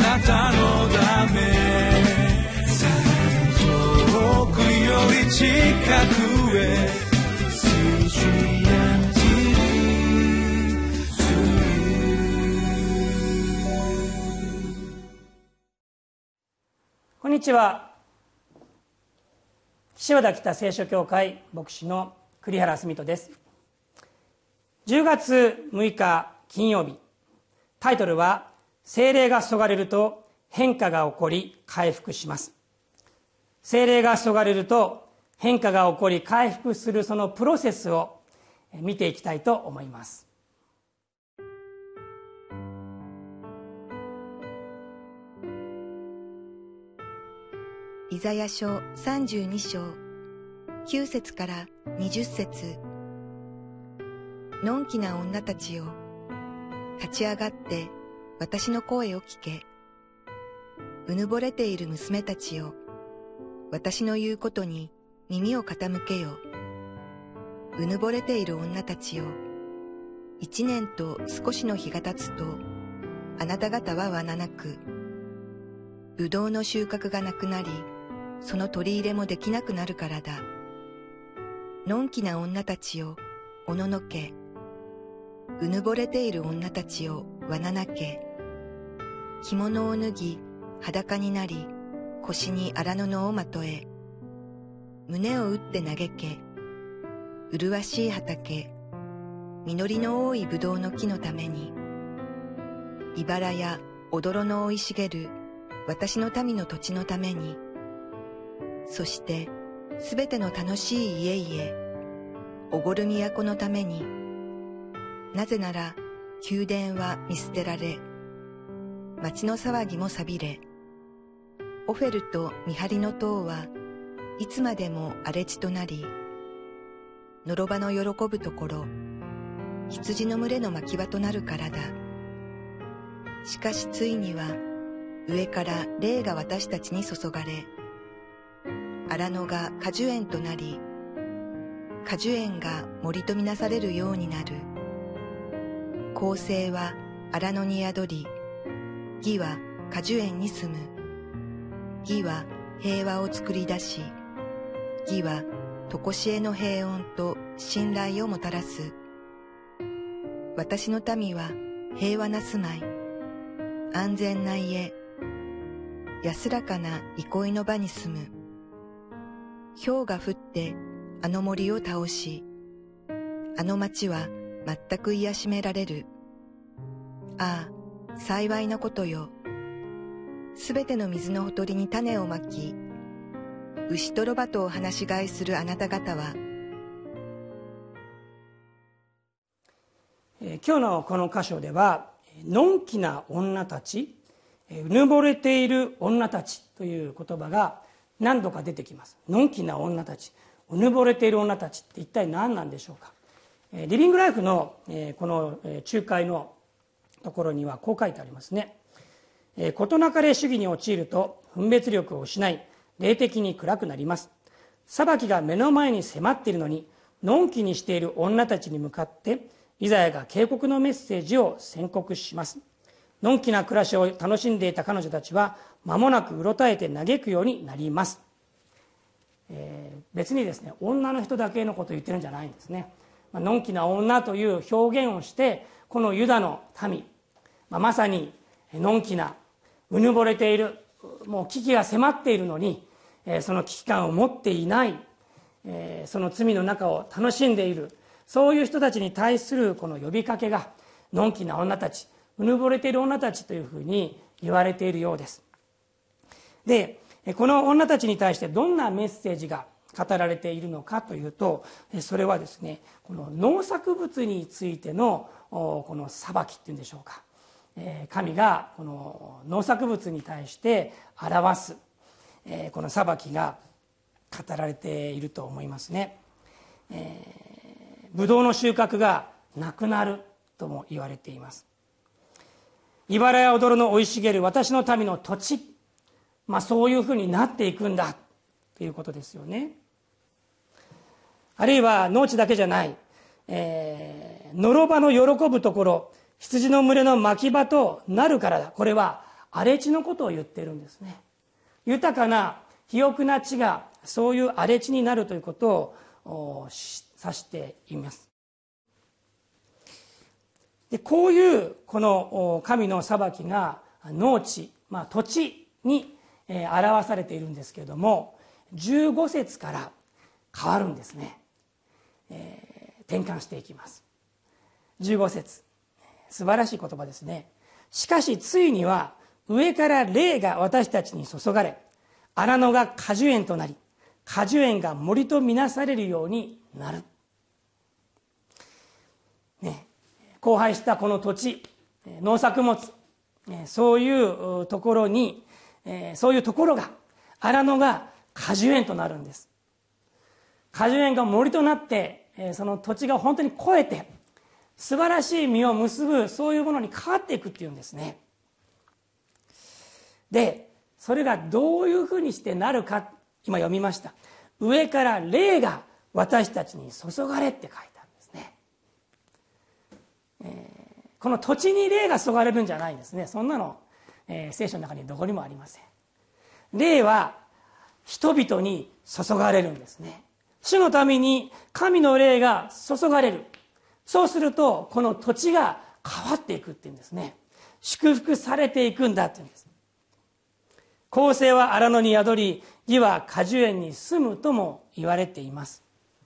なたのため遠くより近くへこんにちは。岸和田北聖書教会牧師の栗原澄人です。10月6日金曜日、タイトルは聖霊が注がれると変化が起こり回復します。聖霊が注がれると変化が起こり回復するそのプロセスを見ていきたいと思います。 イザヤ書32章9節から20節。のんきな女たちよ、立ち上がって私の声を聞け。うぬぼれている娘たちよ、私の言うことに耳を傾けよ。うぬぼれている女たちよ、1年と少しの日が経つと、あなた方は罠なく、ぶどうの収穫がなくなり、その取り入れもできなくなるからだ。のんきな女たちよ、おののけ。うぬぼれている女たちよ、罠なけ。着物を脱ぎ、裸になり、腰に荒布をまとえ。胸を打って嘆け。麗しい畑、実りの多いぶどうの木のために。茨やおどろの生い茂る私の民の土地のために。そしてすべての楽しい家々、おごる都のために。なぜなら宮殿は見捨てられ、町の騒ぎも寂れ、オフェルと見張りの塔はいつまでも荒れ地となり、のろばの喜ぶところ、羊の群れの牧場となるからだ。しかしついには上から霊が私たちに注がれ、荒野が果樹園となり、果樹園が森とみなされるようになる。公正は荒野に宿り、義は果樹園に住む。義は平和を作り出し、義は常しえの平穏と信頼をもたらす。私の民は平和な住まい、安全な家、安らかな憩いの場に住む。雹が降ってあの森を倒し、あの町は全く癒しめられる。ああ、幸いなことよ。すべての水のほとりに種をまき、牛とロバとを放し飼いするあなた方は。 今日のこの箇所では、のんきな女たち、うぬぼれている女たちという言葉が何度か出てきます。のんきな女たち、うぬぼれている女たちって一体何なんでしょうか。リビングライフのこの仲介のところにはこう書いてありますね。事なかれ主義に陥ると分別力を失い、霊的に暗くなります。裁きが目の前に迫っているのに、のんきにしている女たちに向かってイザヤが警告のメッセージを宣告します。のんきな暮らしを楽しんでいた彼女たちは間もなくうろたえて嘆くようになります。別にですね、女の人だけのことを言ってるんじゃないんですね。のんきな女という表現をして、このユダの民、まさにのんきな、うぬぼれている、もう危機が迫っているのに、その危機感を持っていない、その罪の中を楽しんでいる、そういう人たちに対するこの呼びかけが、のんきな女たち、うぬぼれている女たちというふうに言われているようです。で、この女たちに対してどんなメッセージが語られているのかというと、それはですね、この農作物についてのこの裁きっていうんでしょうか。神がこの農作物に対して表すこの裁きが語られていると思いますね。ブドウの収穫がなくなるとも言われています。茨や踊るの生い茂る私の民の土地、そういうふうになっていくんだということですよね。あるいは農地だけじゃない、のろばの喜ぶところ、羊の群れの牧場となるからだ。これは荒れ地のことを言っているんですね。豊かな肥沃な地がそういう荒れ地になるということを指しています。でこういうこの神の裁きが農地、土地に表されているんですけれども、15節から変わるんですね。転換していきます。15節、素晴らしい言葉ですね。しかしついには上から霊が私たちに注がれ、荒野が果樹園となり、果樹園が森とみなされるようになる。荒廃したこの土地、農作物、そういうところに、そういうところが、荒野が果樹園となるんです。果樹園が森となって、その土地が本当に肥えて素晴らしい実を結ぶ、そういうものに変わっていくっていうんですね。でそれがどういうふうにしてなるか、今読みました。上から霊が私たちに注がれって書いてあるんですね。この土地に霊が注がれるんじゃないんですね。そんなの、聖書の中にどこにもありません。霊は人々に注がれるんですね。主のために神の霊が注がれる。そうするとこの土地が変わっていくっていうんですね。祝福されていくんだっていうんです。公正は荒野に宿り、義は果樹園に住むとも言われています。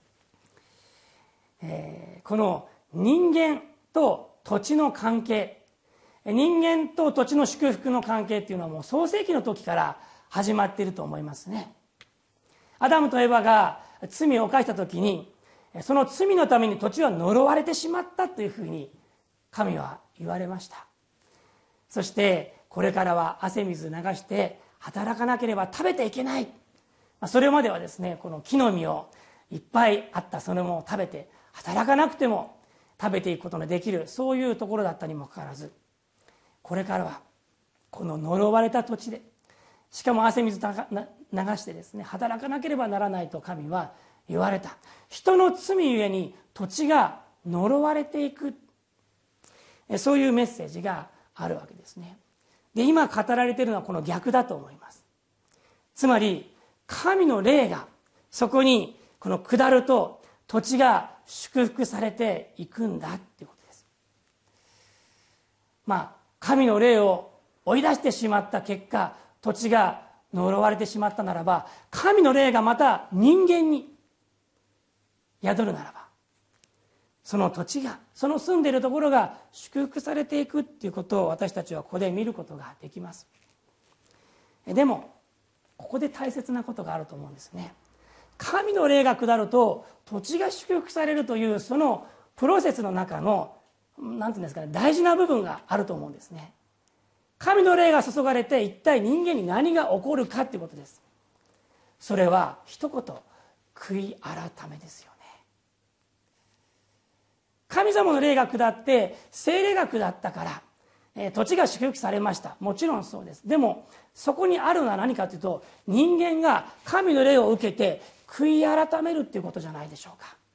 この人間と土地の関係、人間と土地の祝福の関係っていうのはもう創世記の時から始まっていると思いますね。アダムとエバが罪を犯した時に、その罪のために土地は呪われてしまったというふうに神は言われました。そしてこれからは汗水流して働かなければ食べていけない。それまではですね、この木の実をいっぱいあったそれも食べて、働かなくても食べていくことのできる、そういうところだったにもかかわらず、これからはこの呪われた土地で、しかも汗水流してですね、働かなければならないと神は言われた。人の罪ゆえに土地が呪われていく、そういうメッセージがあるわけですね。で今語られているのはこの逆だと思います。つまり神の霊がそこにこの下ると土地が祝福されていくんだっていうことです。神の霊を追い出してしまった結果、土地が呪われてしまったならば、神の霊がまた人間に宿るならば、その土地が、その住んでいるところが祝福されていくっていうことを私たちはここで見ることができます。でもここで大切なことがあると思うんですね。神の霊が下ると土地が祝福されるというそのプロセスの中のなんていうんですかね、大事な部分があると思うんですね。神の霊が注がれて一体人間に何が起こるかということです。それは一言、悔い改めですよね。神様の霊が下って聖霊が下ったから、土地が祝福されました。もちろんそうです。でもそこにあるのは何かというと、人間が神の霊を受けて悔い改めるということじゃないでしょうか。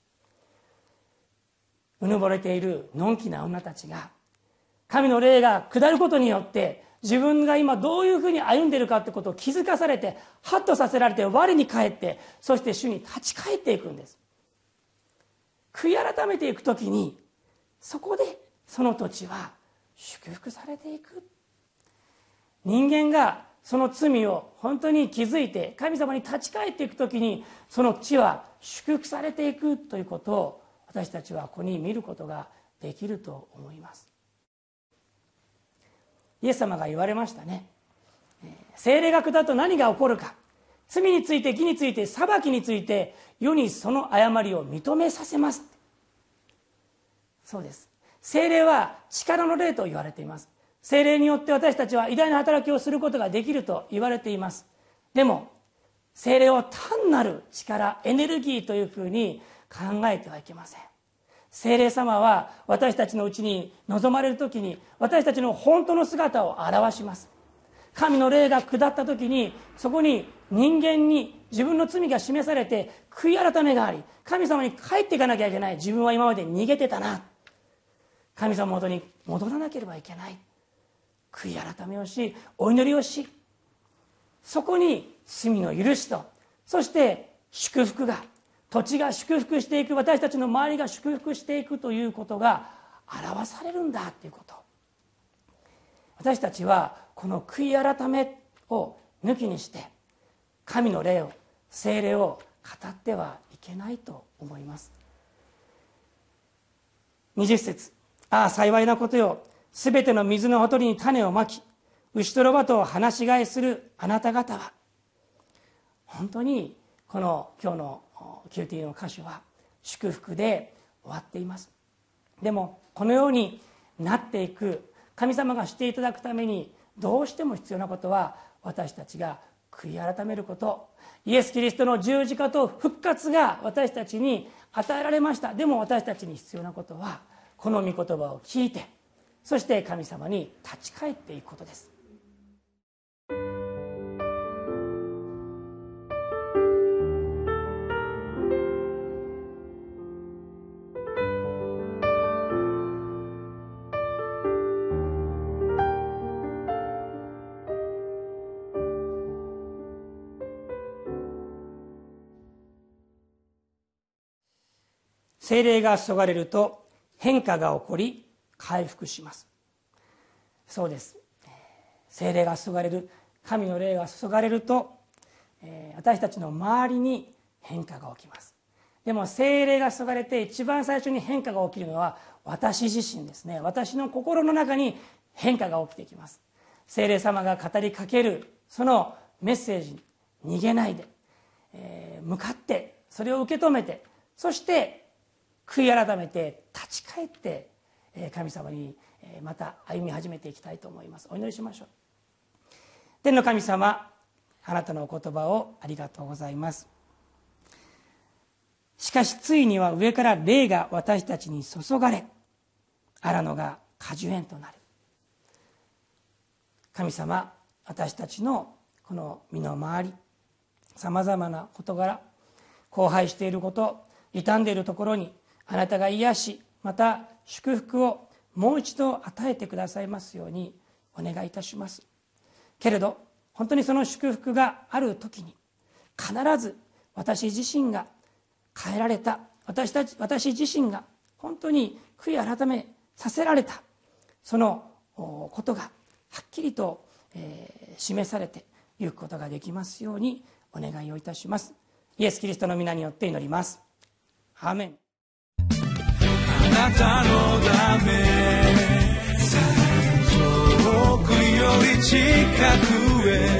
うぬぼれているのんきな女たちが神の霊が下ることによって自分が今どういうふうに歩んでいるかということを気づかされて、ハッとさせられて我に返って、そして主に立ち返っていくんです。悔い改めていくときに、そこでその土地は祝福されていく。人間がその罪を本当に気づいて神様に立ち返っていくときに、その地は祝福されていくということを私たちはここに見ることができると思います。イエス様が言われましたね。聖霊が下ると何が起こるか。罪について義について裁きについて世にその誤りを認めさせます。そうです。聖霊は力の霊と言われています。聖霊によって私たちは偉大な働きをすることができると言われています。でも聖霊を単なる力、エネルギーというふうに考えてはいけません。聖霊様は私たちのうちに臨まれるときに私たちの本当の姿を表します。神の霊が下ったときに、そこに人間に自分の罪が示されて悔い改めがあり、神様に帰っていかなきゃいけない。自分は今まで逃げてたな、神様の元に戻らなければいけない。 悔い改めをし、お祈りをし、そこに罪の許しと、そして祝福が、土地が祝福していく、私たちの周りが祝福していくということが表されるんだということ。私たちはこの悔い改めを抜きにして神の霊を、聖霊を語ってはいけないと思います。20節、ああ幸いなことよ、すべての水のほとりに種をまき、牛とロバとを放し飼いするあなた方は。本当にこの今日の QT の箇所は祝福で終わっています。でもこのようになっていく、神様がしていただくためにどうしても必要なことは、私たちが悔い改めること。イエス・キリストの十字架と復活が私たちに与えられました。でも私たちに必要なことは、この御言葉を聞いて、そして神様に立ち返っていくことです。聖霊が注がれると変化が起こり回復します。そうです。聖霊が注がれる、神の霊が注がれると、私たちの周りに変化が起きます。でも聖霊が注がれて一番最初に変化が起きるのは私自身ですね。私の心の中に変化が起きてきます。聖霊様が語りかけるそのメッセージに逃げないで、向かってそれを受け止めて、そして悔い改めて立ち返って神様にまた歩み始めていきたいと思います。お祈りしましょう。天の神様、あなたのお言葉をありがとうございます。しかしついには上から霊が私たちに注がれ、あらのが果樹園となる。神様、私たちのこの身の回り、さまざまな事柄、荒廃していること、傷んでいるところにあなたが癒し、また祝福をもう一度与えてくださいますようにお願いいたします。けれど本当にその祝福がある時に、必ず私自身が変えられた、私自身が本当に悔い改めさせられた、そのことがはっきりと示されていくことができますようにお願いをいたします。イエス・キリストの皆によって祈ります。アーメン。 あなたのため遠くより近くへ